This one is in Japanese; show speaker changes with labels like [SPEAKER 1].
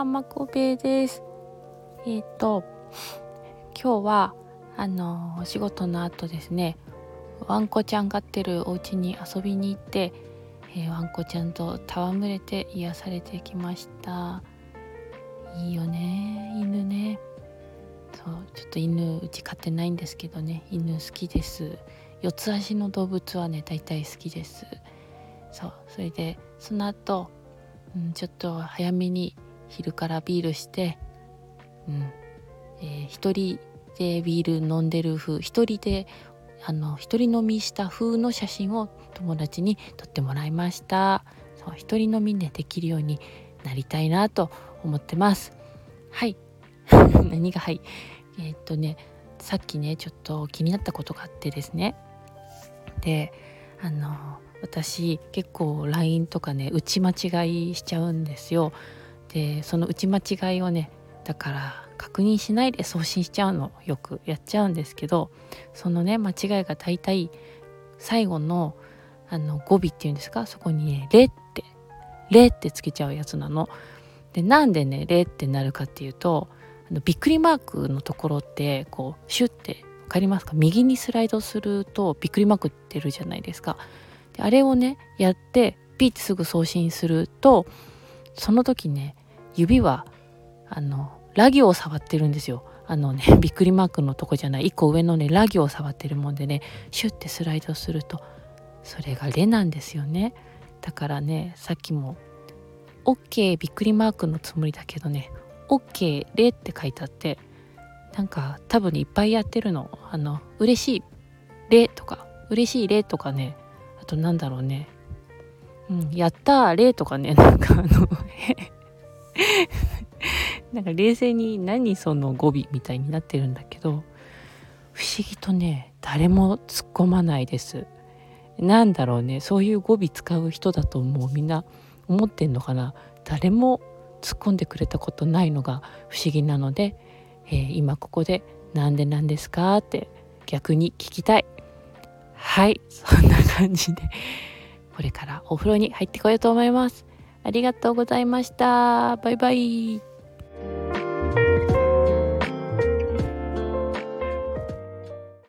[SPEAKER 1] まこべです。今日はお仕事の後ですね、ワンコちゃん飼ってるお家に遊びに行って、ワンコちゃんと戯れて癒されてきました。いいよね、犬ね。そう、ちょっと犬うち飼ってないんですけどね、犬好きです。四つ足の動物はね大体好きです。そう、それでその後、ちょっと早めに昼からビールして、一人でビール飲んでる風、一人飲みした風の写真を友達に撮ってもらいました。そう、一人飲みねできるようになりたいなと思ってます。はい何がはいさっきねちょっと気になったことがあってですね。で私結構 LINE とかね打ち間違いしちゃうんですよ。でその打ち間違いをねだから確認しないで送信しちゃうのよくやっちゃうんですけど、そのね間違いが大体最後の語尾っていうんですか、そこにねレってつけちゃうやつなの。でなんでねレってなるかっていうと、びっくりマークのところってこうシュッてわかりますか？右にスライドするとびっくりマーク出るじゃないですか。であれをねやってピッてすぐ送信すると、その時ね指はラ行を触ってるんですよ。びっくりマークのとこじゃない一個上のねラ行を触ってるもんでね、シュッてスライドするとそれがレなんですよね。だからねさっきも OK びっくりマークのつもりだけどね OK レって書いてあって、なんか多分いっぱいやってるの。嬉しいレとか嬉しいレとかね、あとなんだろうね、やったーレとかね、なんかなんか冷静に何その語尾みたいになってるんだけど、不思議とね誰も突っ込まないです。なんだろうね、そういう語尾使う人だともうみんな思ってんのかな。誰も突っ込んでくれたことないのが不思議なので、今ここでなんでなんですかって逆に聞きたい。はい、そんな感じでこれからお風呂に入ってこようと思います。ありがとうございました。バイバイ。